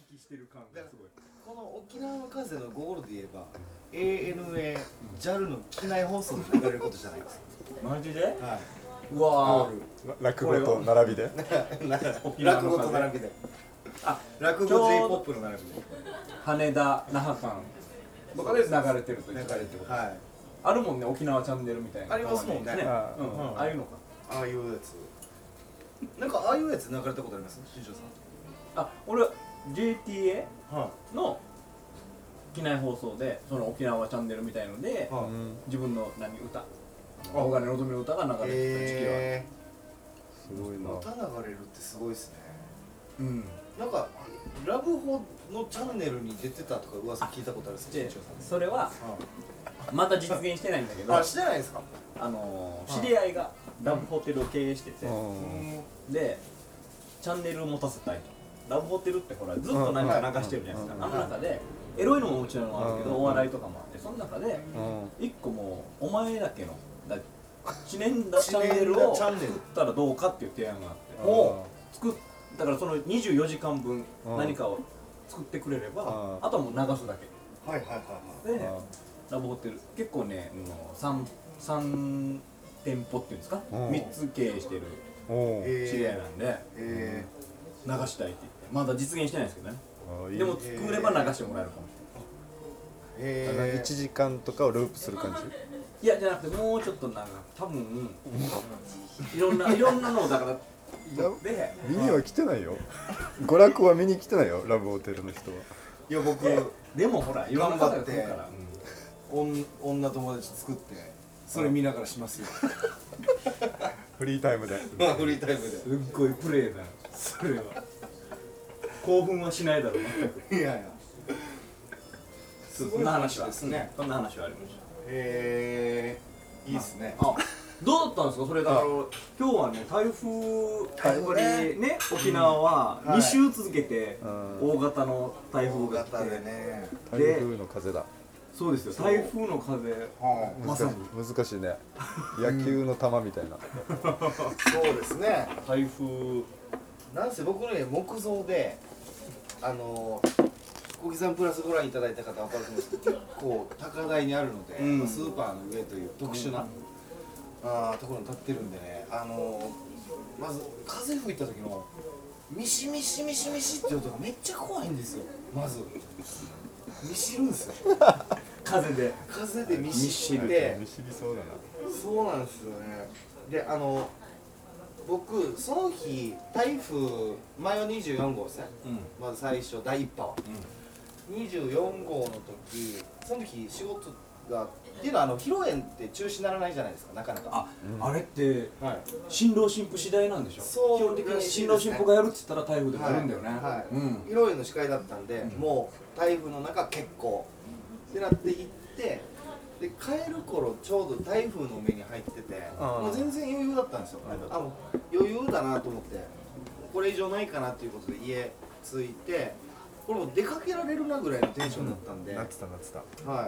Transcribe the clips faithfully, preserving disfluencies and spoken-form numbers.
きしてる感がすごい。 この沖縄の風のゴールで言えば エーエヌエー、ジャル の機内放送で流れることじゃないですか。 マジで？ はい。 うわ落語と並びで落語と並びで。あ、落語 J-ポップ の並びで。 羽田那覇間とかで流れてるという。 流れてる。はい。 あるもんね、沖縄チャンネルみたいな。 ありますもんね。 うん、ああいうのか。 ああいうやつ。なんかああいうやつ流れたことあります？新庄さん。 あ、俺は ジェイティーエー の機内放送でその沖縄チャンネルみたいので、はあ、自分の何歌、大金のぞみの歌が流れてた時期は、えー、すごいな。 歌流れるってすごいですね。 うん。 なんかラブホのチャンネルに出てたとか噂聞いたことあるんですよ。 それはまた実現してないんだけど。 あ、してないですか？ あの知り合いがラブホテルを経営してて、でチャンネルを持たせたいと。ラブホテルってほらずっと何か流してるじゃないですか。あの中でエロいのももちろんあるけど、お笑いとかもあって、その中で一個もうお前だけの知念だチャンネルを作ったらどうかっていう提案があって、作っだからそのにじゅうよじかんぶん何かを作ってくれれば、あとはもう流すだけ。はいはいはいはい。でラブホテル結構ね、三三店舗っていうんですか、みっつ経営してる知り合いなんで流したいって言って、まだ実現してないですけどね。でも作れば流してもらえるかもしれない。いちじかんとかをループする感じ？ いや、じゃなくてもうちょっと長く、多分いろんないろんなのをだからで見には来てないよ。娯楽は見に来てないよ、ラブホテルの人は。 いや僕でもほら頑張って女友達作ってそれ見ながらしますよ。 フリータイムで。 フリータイムで。 すっごいプレーだ。それは興奮はしないだろう全く。いやいや。そんな話はですね。そんな話はありました。 へえ、いいですね。 あ、どうだったんですかそれ。だから今日はね、台風やっぱりね、沖縄はに週続けて大型の台風が来て、 台風の風だ。 そうですよ、台風の風。 まさに難しいね。野球の球みたいな。 そうですね。 台風なんせ僕の家木造で、あの小木さんプラスご覧いただいた方は分かると思うんですけど、結構高台にあるので、うん、スーパーの上という特殊な、うん、あところに立ってるんでね、あのまず風吹いた時のミシミシミシミシって音がめっちゃ怖いんですよ。まずミシるんですよ。 風で風でミシってミシりそうだな。 そうなんですよね。で、あの僕その日台風前はにじゅうよんごうですね、うん、まず最初第一波は、うん、にじゅうよんごうの時その時仕事がっていうのはあの披露宴って中止にならないじゃないですか、なかなか。 あ、うん、あれって新郎新婦次第なんでしょ。そう、基本的に新郎新婦がやるっつったら台風でもやるんだよね。はい、はい、うん、 披露宴の司会だったんで、うん、もう台風の中結構ってなっていって、で帰る頃ちょうど台風の目に入ってて、もう全然余裕だったんですよ。あ、もう余裕だなと思って、これ以上ないかなっていうことで家着いて、これも出かけられるなぐらいのテンションだったんで、 なってたなってた。 はい。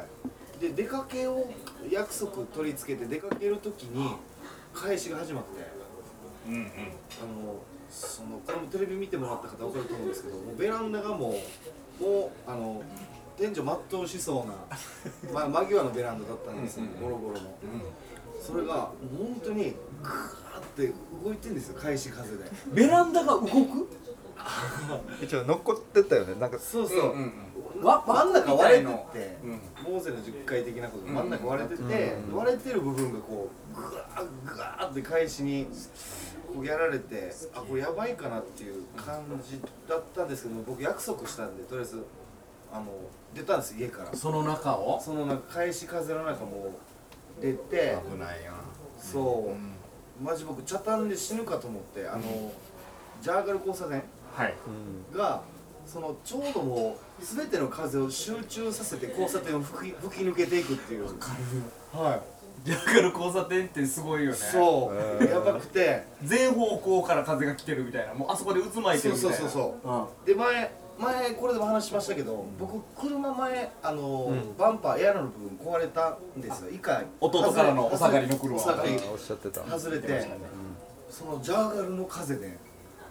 で出かけを約束取り付けて出かける時に返しが始まって、うんうん、あのそのこれもテレビ見てもらった方分かると思うんですけど、もうベランダがもうもうあの天井全うしそうな、まあ、間際のベランダだったんですよ、ゴロゴロの、うん、それがもう本当にグーって動いてるんですよ、返し風で。 ベランダが動く？ 一応残ってたよね、なんか。 そうそう、うんうん、わ真ん中割れてて、うん、モーゼのじゅっかい的なことで真ん中割れてて、うん、割れてる部分がこうグワーグワーって返しにこうやられて、あ、これやばいかなっていう感じだったんですけど、僕約束したんでとりあえずあの出たんです家から。 その中をその中返し風の中も出て、 危ないよ。 そう、うん、マジ僕茶炭で死ぬかと思って、あの、うん、ジャーガル交差点はい、 がそのちょうどもう全ての風を集中させて交差点を吹き、吹き抜けていくっていう。わかる。はい。 ジャーガル交差点ってすごいよね。 そう、やばくて全方向から風が来てるみたいな、もうあそこで渦巻いてるみたいな。 そうそうそうそう、うん、で前前これでも話しましたけど、うん、僕車前あの、うん、バンパーエアロの部分壊れたんですよ。一回弟からのお下がりの車お下がりおっしゃってた外れて、うん、そのジャーガルの風で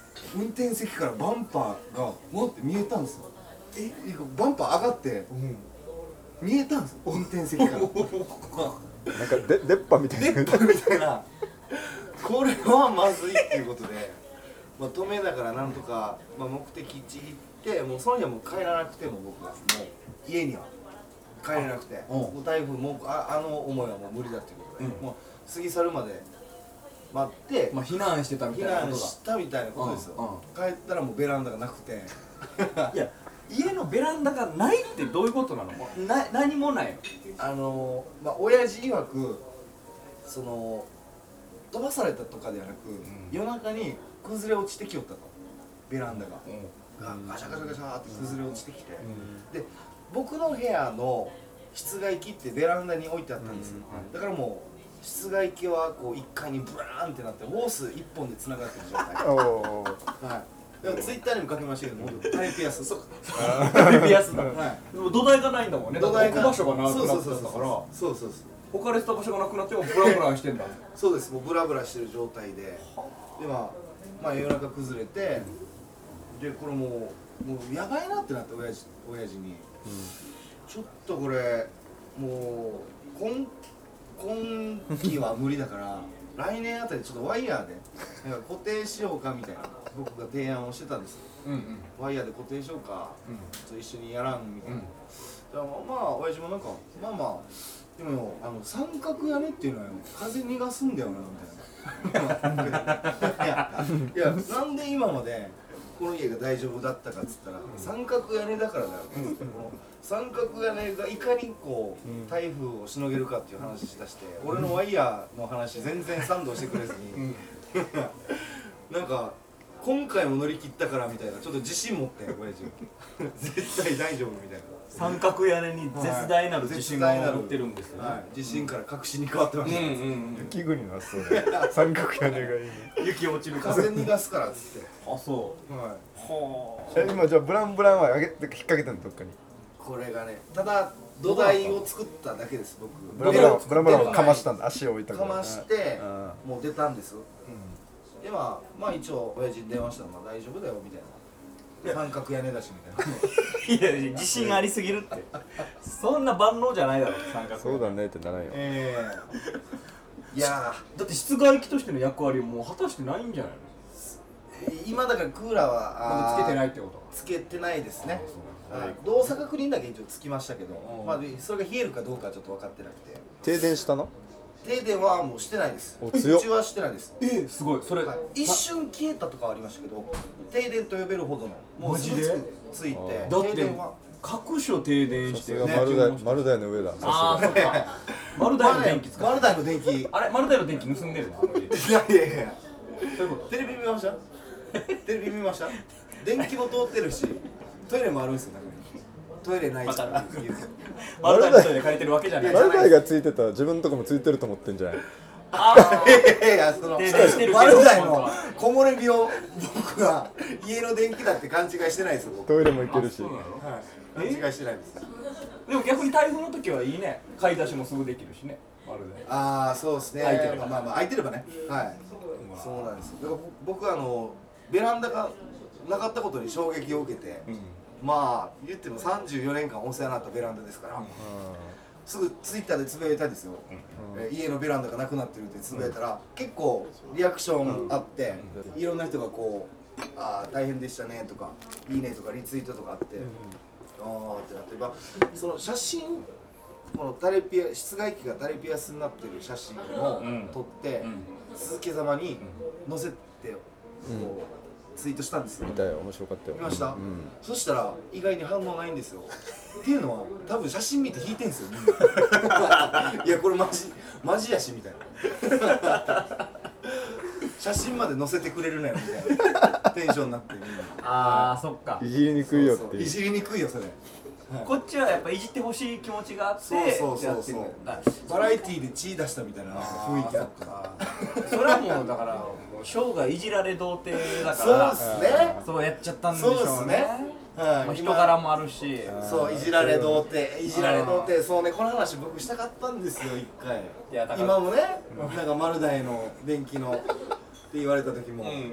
運転席からバンパーがもって見えたんですよ。えバンパー上がって、うん、見えたんですよ運転席からなんかで出っ歯みたいな出っ歯みたいなこれはまずいっていうことで、まあ、止めながらなんとか、まあ、目的地行ってもうその日はもう帰らなくても僕はもう家には帰れなくてもう台風もう あ, あの思いはもう無理だっていうことで、うん、もう過ぎ去るまで待って、 まあ、避難してたみたいなことだ避難したみたいなことですよ、うんうん、帰ったらもうベランダがなくていや家のベランダがないってどういうことなの？な何もないの？ あのー、まあ親父曰くその飛ばされたとかではなく、うん、夜中に崩れ落ちてきよったとベランダが、うん、ガシャガシャガシャって崩れ落ちてきて、うん、で僕の部屋の室外機ってベランダに置いてあったんですよ、うん、だからもう室外機はこういっかいにブラーンってなってホースいっぽんでつながってる状態はいでもツイッターにも書きましたけどもタレピアスそうタレピアスだ、はい、でも土台がないんだもんね。土台が置く場所がなくなっちゃったからそうそうそう置かれてた場所がなくなってもブラブラしてんだそうですもうブラブラしてる状態ででまあ、まあ夜中崩れてでこれもうもうやばいなってなって親父親父に、うん、ちょっとこれもう今今期は無理だから来年あたりちょっとワイヤーでなんか固定しようかみたいな僕が提案をしてたんですよ、うんうん、ワイヤーで固定しようか、うん、ちょっと一緒にやらんみたいな、うん、だからまあ親父もなんかまあまあでもあの三角屋根っていうのは風逃がすんだよなみたいないやいやなんで今までこの家が大丈夫だったかっつったら、うん、三角屋根だからだよ、うん、三角屋根がいかにこう台風をしのげるかっていう話しだして、うん、俺のワイヤーの話全然賛同してくれずに、うん、なんか今回も乗り切ったからみたいなちょっと自信持って親父絶対大丈夫みたいな三角屋根に絶大なる自信が持ってるんですよね、 はい、自信から確信に変わってました、うんうんうん、 雪国の発想で三角屋根がいいね雪落ちる風逃がすからっつってあそう、はい、 はあ今じゃあブランブランは上げて引っ掛けたのどっかにこれがねただ土台を作っただけです僕ブランブランブランブランをかましたんだ足を置いたからかましてもう出たんです、うんでまあ、まあ一応親父に電話したらまあ大丈夫だよみたいな三角屋根だしみたいないや自信ありすぎるってそんな万能じゃないだろ三角そうだねってならんよええー、いやだって室外機としての役割をもう果たしてないんじゃないの今だからクーラーはまだつけてないってことつけてないですねはい、動作確認だけ一応つきましたけど、まあ、それが冷えるかどうかはちょっと分かってなくて停電したの停電はもうしてないです。うちはしてないです。 えー、すごいそれ、はい、 一瞬消えたとかはありましたけど停電と呼べるほどのもうすぐついてだって各所停電してるね丸台丸台の上だああそっか丸台の電気使う丸台の電気あれ丸台の電気盗んでるのいやいやいやそういうことテレビ見ましたテレビ見ました電気も通ってるしトイレもあるんですよトイレないし丸台のトイレ借りてるわけじゃない丸台がついてたら自分のとこもついてると思ってんじゃないああいやいやその丸台の木漏れ日を僕は家の電気だって勘違いしてないですよトイレも行けるし、はい、 勘違いしてないですでも逆に台風の時はいいね買い出しもすぐできるしね丸台ああそうですね空いてればまあまあ空いてればねはいそうなんですよ僕はあのベランダがなかったことに衝撃を受けて、うんまあ言ってもさんじゅうよねんかんお世話になったベランダですから、うん、すぐツイッターでつぶやいたんですよ、うんえー、家のベランダがなくなってるってつぶやいたら、うん、結構リアクションあって、うん、いろんな人がこう「ああ大変でしたね」とか「いいね」とかリツイートとかあって、うん、ああってなってばその写真このタレピア室外機がタレピアスになってる写真を撮って、うん、鈴木様に載せてこう、うんツイートしたんですよ。 見たよ、面白かったよ。 見ました、うん、そしたら意外に反応ないんですよっていうのは多分写真見て引いてんすよみんないやこれマジマジやしみたいな写真まで載せてくれるなよみたいなテンションになってみんなあーそっかいじりにくいよっていうそうそういじりにくいよそれはい、こっちはやっぱいじってほしい気持ちがあってそうそうそうそうバラエティーで血出したみたいな雰囲気あったそれはもうだから生涯いじられ童貞だからそうっすねそうやっちゃったんでしょうねそうっすね、はいまあ、 人柄もあるしそういじられ童貞いじられ童貞そうねこの話僕したかったんですよ一回いやだから今もねなんか丸大の電気のって言われた時も、うん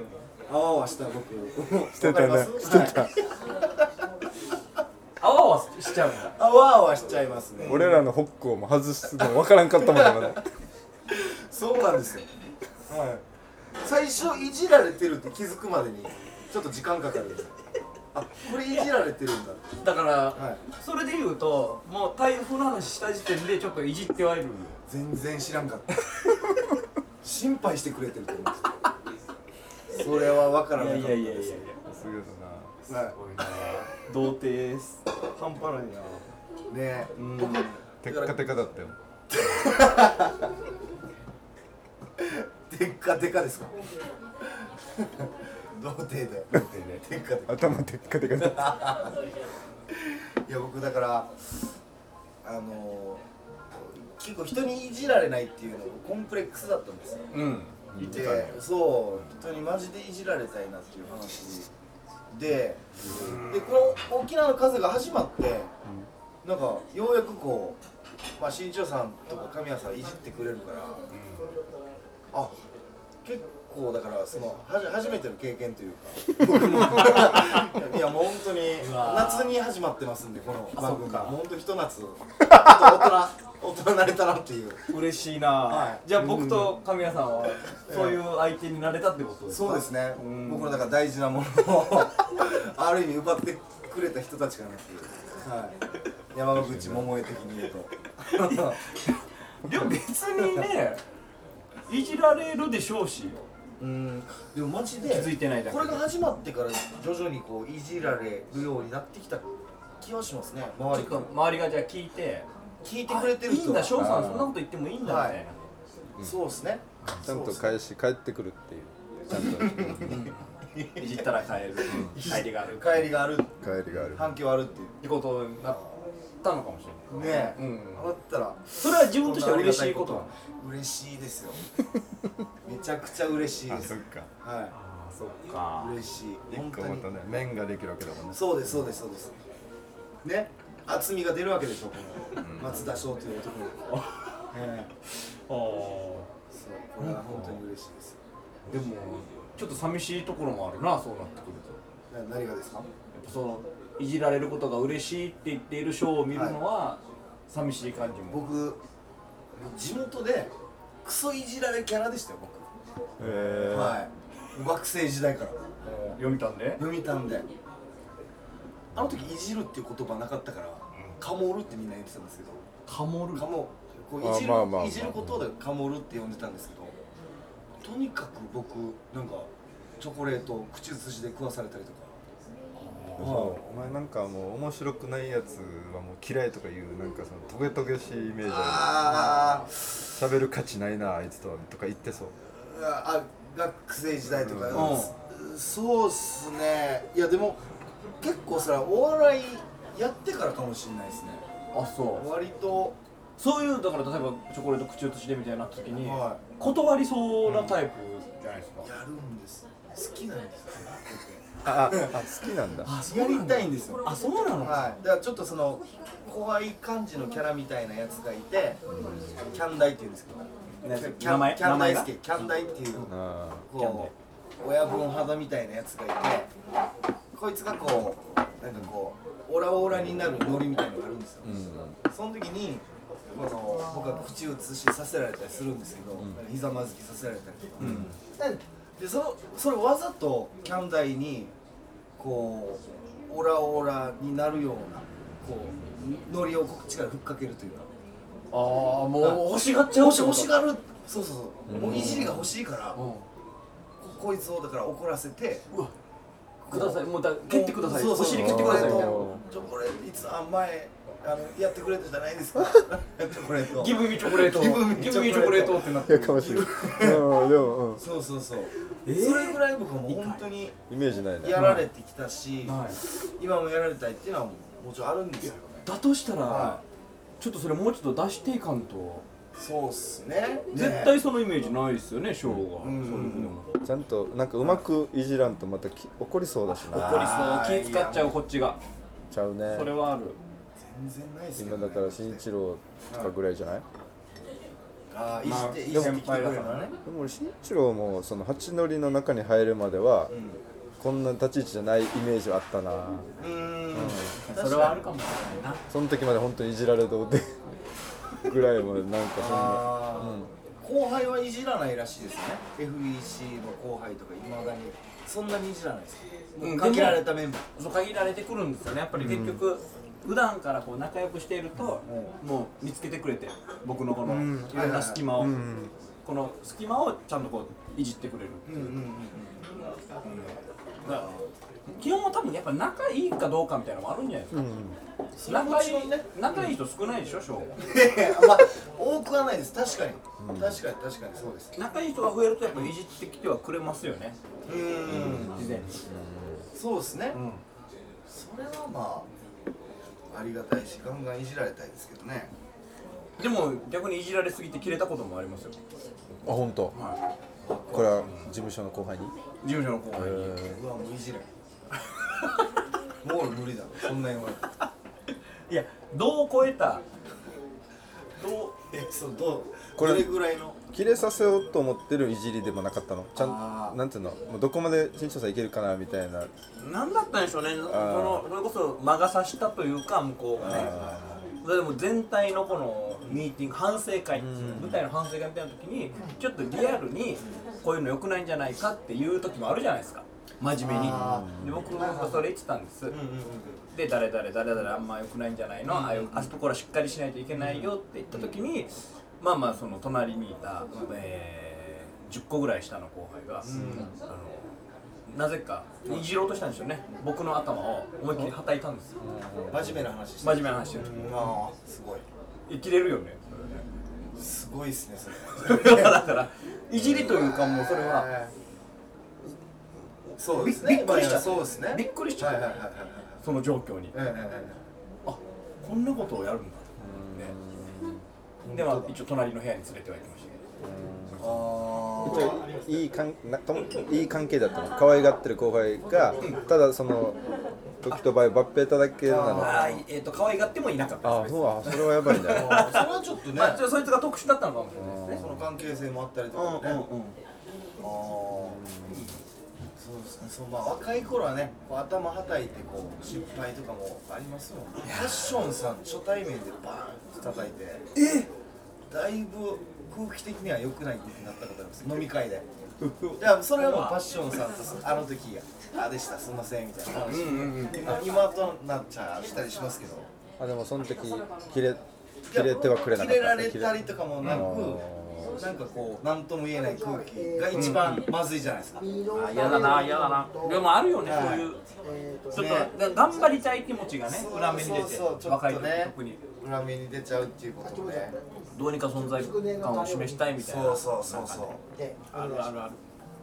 あわあわした僕してたねわかりますしてた、 はいあわあわしちゃうんだ。 あわあわしちゃいますね。 俺らのホックをも外すの分からんかったもんねまだそうなんですよ。はい。最初いじられてるって気づくまでにちょっと時間かかるんですよ。あ、これいじられてるんだ。 だから、 はい。 それで言うともう台風の話した時点でちょっといじってはいる。 全然知らんかった心配してくれてると思うんですよ。それは分からなかったです。 いやいやいやいやいや、 すげえだな。 はすごいな。童貞です半端ないな。 い。ねうん。 僕テッカテカだったよ。 テッカテカですか童貞で童貞でテッカテカ。 頭テッカテカだった。 いや僕だからあの結構人にいじられないっていうのがコンプレックスだったんですよ。 うん。言ってたね。 で、そう人にマジでいじられたいなっていう話で、でこの沖縄の風が始まって、なんかようやくこう、まあ新庄さんとか神谷さんいじってくれるから、あ、結構だからそのはじ初めての経験というか、僕もいやもう本当に夏に始まってますんでこの番組がもう本当ひと夏、ちょっと大人大人になれたなっていう。 嬉しいな、 はい、 じゃあ僕と神谷さんはそういう相手になれたってことですか？ そうですね、 うん僕のだから大事なものをある意味奪ってくれた人たちかなっていう、はい、山口百恵的に言うとでも別にねいじられるでしょうし、 うんでもマジで気づいてないだけでこれが始まってから徐々にこういじられるようになってきた気はしますね。周りからちょっと周りがじゃあ聞いて聞いてくれてるあいいんだ翔さんあーそんなこと言ってもいいんだみたいな、 そうですね。 ちゃんと返し返ってくるっていう。ちゃんといじったら帰る帰りがある帰りがある、 帰りがある。 反響あるっていうってことになったのかもしれないねえ、 うんだったらそれは自分としては嬉しいことなの。 嬉しいですよめちゃくちゃ嬉しいあ、 です。 そっか。 はああそっかい、嬉しい一本当に個またね、面ができるわけだもんね。 そうですそうですそうですね、厚みが出るわけでしょこの松田翔という男に、ええあーそうこれは本当に嬉しいですよ。 でもちょっと寂しいところもあるなそうなってくると。 な何がですか？ やっぱそのいじられることが嬉しいって言っているショーを見るのは寂しい感じも。 僕地元でクソいじられキャラでしたよ僕、 へえ。 はい学生時代から読みたんで読みたんで、あの時いじるっていう言葉なかったからカモるってみんな言ってたんですけど、 カモるカモこういじる、 あまあまあまあいじることでカモるって呼んでたんですけど、とにかく僕なんかチョコレートを口移しで食わされたりとか、 そうお前なんかもう面白くないやつはもう嫌いとかいうなんかそのトゲトゲしいイメージあある。喋る価値ないなあいつとはとか言ってそう。 ーあ学生時代とか、 うんそうっすね。いやでも結構それはお笑いやってからかもしれないですね。 あそう割とそういうだから例えばチョコレート口移しでみたいになった時には断りそうなタイプじゃないですか。 やるんです。好きなんですよ。 あ、あ、あ好きなんだ。 あやりたいんですよ。 あそうなの。 はい。だからちょっとその怖い感じのキャラみたいなやつがいて、キャンダイって言うんですけど、キャン名前キャンダイ名前がスケ、キャンダイっていうあこう親分肌みたいなやつがいて、こいつがこうなんかこうオラオラになるノリみたいなのがあるんですよ。 あ、うん。 その時にこの僕は口移しさせられたりするんですけど、ひざまずきさせられたりとか、でそのそれをわざとキャンダイにこうオラオラになるようなこうノリをこっちからふっかけるというか、 ああもう欲しがっちゃうもしってこと。 欲しがる、そうそうそう、 うんもういじりが欲しいから、 うここいつをだから怒らせてん。うわくださいもうだ蹴ってください。 そうそうお尻蹴ってくださいみたいな。 チョコレートいつあ前あのやってくれたじゃないですかチョコレートギブミチョコレート。 ギブミギブミチョコレートってなってる。 いやかもしれない。うん、でも、うん、 そうそうそう、 えーそれぐらい僕はもう本当にイメージないね。 やられてきたし、 はい。 今もやられたいっていうのはもちろんあるんですよね。 だとしたら、 はちょっとそれもうちょっと出していかんと、 そうっすね。 絶対そのイメージないですよね、ショーが。 うんそういうふうに思って。 ちゃんとなんかうまくいじらんとまたき怒りそうだしな。 怒りそう、気使っちゃうこっちが。 ちゃうねそ。れはある。 全然ないっすけどね。 今だから新一郎とかぐらいじゃない？ あああ、いじって、いじまあってきてくれるのね。 でも俺新一郎もその八乗りの中に入るまでは、こんな立ち位置じゃないイメージはあったな。 うん、うん、 それはあるかもしれないな。 その時まで本当にいじられどうでぐらいもなんかそんな、 うん、後輩はいじらないらしいですね。 エフビーシー の後輩とかいまだにそんなにいじらないですか。 うん、 限られたメンバーそう限られてくるんですよね。やっぱり結局、うん、普段からこう仲良くしていると、うん、もう見つけてくれて、僕のこのいろんな隙間を、うん、この隙間をちゃんとこういじってくれるっていう。基本も多分やっぱ仲いいかどうかみたいなのもあるんじゃないですか。うん、仲いい、ね、仲いい人少ないでしょ、翔。 まあ多くはないです。確かに、うん、確かに確かにそうです。 仲いい人が増えるとやっぱいじってきてはくれますよね。うん、事前に。 そうですね。うん、それはまあありがたいし、ガンガンいじられたいですけどね。 でも逆にいじられすぎて切れたこともありますよ。 あ、本当。はい、これは事務所の後輩に。 事務所の後輩に。 うわ、もういじれ。もう無理だ。そんな言われた。 いや、どう超えた。どう、 え、そう、どう。これぐらいの。 切れさせようと思ってるいじりでもなかったの。ちゃん、なんていうの、もうどこまで新庄さんいけるかなみたいな。 なんだったんでしょうね。この、それこそ魔が差したというか、向こうがね。それでも全体のこのミーティング、反省会、舞台の反省会みたいな時に、ちょっとリアルにこういうの良くないんじゃないかっていう時もあるじゃないですか。真面目に。で、僕もそれ言ってたんです。で、誰々誰々あんま良くないんじゃないの、ああいうあそこらしっかりしないといけないよって言った時に、まあまあその隣にいた、えー、じゅっこぐらい下の後輩が、あのなぜかいじろうとしたんですよね。僕の頭を思いっきりはたいたんですよ。 真面目な話して真面目な話してる。 ああ、すごい。 生きれるよね。 すごいですね、それ。 だからいじりというかもうそれは。 そうですね。 びっくりしちゃった。 そうですね。 びっくりしちゃった。その状況に。あ、こんなことをやるんだ。では一応隣の部屋に連れては行きましたけど。 ああ。いい関いい関係だったの。可愛がってる後輩が、ただその時と場合を抜兵ただけなの。 ああ、えっと可愛がってもいなかったです。 ああ、それはやばいね。それはちょっとね。 まあそいつが特殊だったのかもしれないですね。 その関係性もあったりとかね。ああ。そうですね。そう、まあ若い頃はね、頭はたいてこう失敗とかもありますもん。ファッションさん初対面でバーンと叩いて、え、だいぶ空気的には良くないってなったことあります。飲み会で。いや、それはもうファッションさんとあの時や、あでした、すみませんみたいな話。今今となっちゃしたりしますけど。 あ、でもその時切れ切れてはくれなかった。 切れられたりとかもなく。なんかこう何とも言えない空気が一番まずいじゃないですか。 あ、嫌だな、嫌だな。でもあるよね、そういうちょっと頑張りたい気持ちがね、裏目に出て、若い時特に裏目に出ちゃうっていうことで、 どうにか存在感を示したいみたいな。 そうそうそうそう。 あるあるある。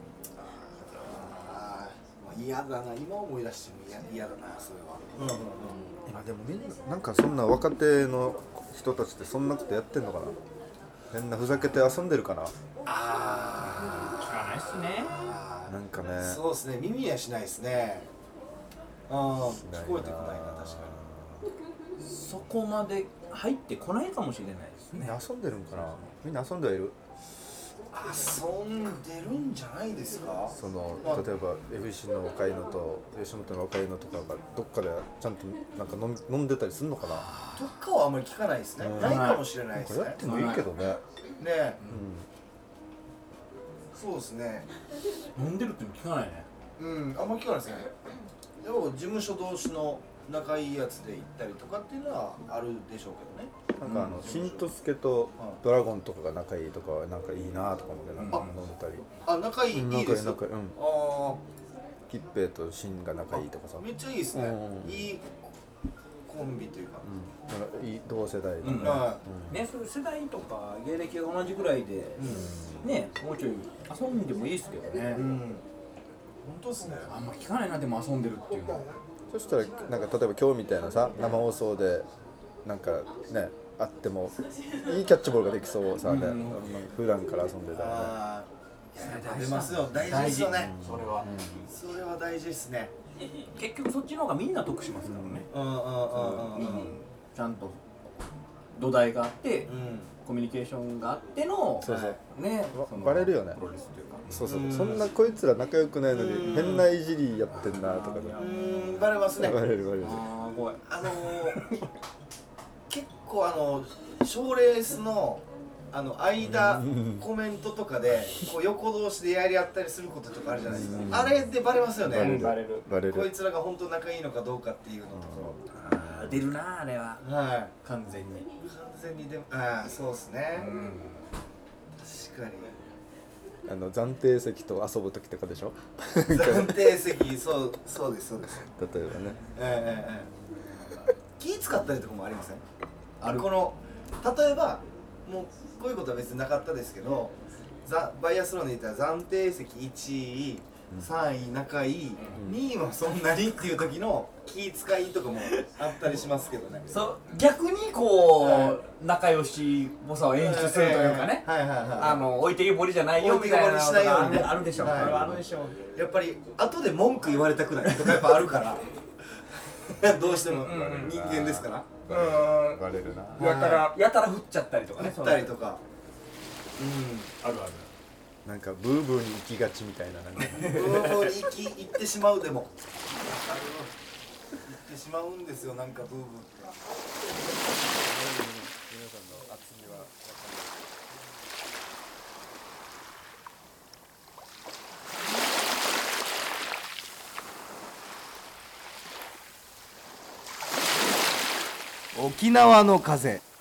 嫌だな、今思い出しても嫌だな、それは。 あ、でもみんななんかそんな若手の人たちってそんなことやってんのかな。変なふざけて遊んでるかな。 ああ、聞かないっすね。 なんかね。 そうですね、耳にはしないですね。ああ、聞こえてこないな、確かに。そこまで入ってこないかもしれないですね。 遊んでるんかな。みんな遊んではいる。 遊んでるんじゃないですか。 その例えば エフビーシー の若いのと吉本の若いのとかがどっかでちゃんとなんか飲ん飲んでたりするのかな。 どっかはあんまり聞かないですね。ないかもしれないですね。 やってもいいけどね。 ね、そうですね。 飲んでるって聞かないね。 うん、あんまり聞かないですね。でも事務所同士の仲いいやつで行ったりとかっていうのはあるでしょうけどね。 なんかあの新之助とドラゴンとかが仲いいとかはなんかいいなとか思ってなんか飲んでたり。 あ、仲いい、いいです。 仲いい、うん。ああ。吉平と新が仲いいとかさ。 めっちゃいいですね。いいコンビというか。 うん、いい同世代とか。ね、そういう世代とか芸歴が同じぐらいで、ね、もうちょい遊んでもいいですけどね。本当ですね。 あんま聞かないな、でも遊んでるっていうの。 そしたらなんか例えば今日みたいなさ生放送でなんかねあってもいいキャッチボールができそうさね、うん、普段から遊んでたらね。出ますよ、大事ですよね。それは、それは大事ですね。 結局そっちの方がみんな得しますからね。ちゃんと土台があって、 うんコミュニケーションがあってのそうそうねわバレるよねプロレスというかそうそううんそんなこいつら仲良くないのにうん変ないじりやってんなとかねうーんバレますねバレるバレるあー怖いあのー、結構あの賞レースのあの間うんコメントとかでこう横同士でやり合ったりすることとかあるじゃないですか、 うんあれでバレますよね、 バレるバレるバレるこいつらが本当仲いいのかどうかっていうのとあー出るなあれはかはい完全に完全にでもああそうですね、 うん確かにあの暫定席と遊ぶ時とかでしょ暫定席そうそうですそうです例えばねええええええ気使ったりとかもありませんあるこの例えばもうこういうことは別になかったですけどザバイアスロンで言ったら暫定席いちいさんい仲いい、 うんにいはそんなにっていう時の気遣いとかもあったりしますけどねそう逆にこう、 は仲良しっぽさを演出するというかね、 はいはいはいあの置いてけぼりじゃないよみたいなの置いてけぼりしないようにねがあるでしょ、 はいこれはあるでしょやっぱり後で文句言われたくないとかやっぱあるからどうしても人間ですからうんバレるなやたらやたら振っちゃったりとかね振ったりとかあるあるなんかブーブーに行きがちみたいななんかブーブーに行き行ってしまうでもあの行ってしまうんですよなんかブーブーって皆さんの厚みは沖縄の風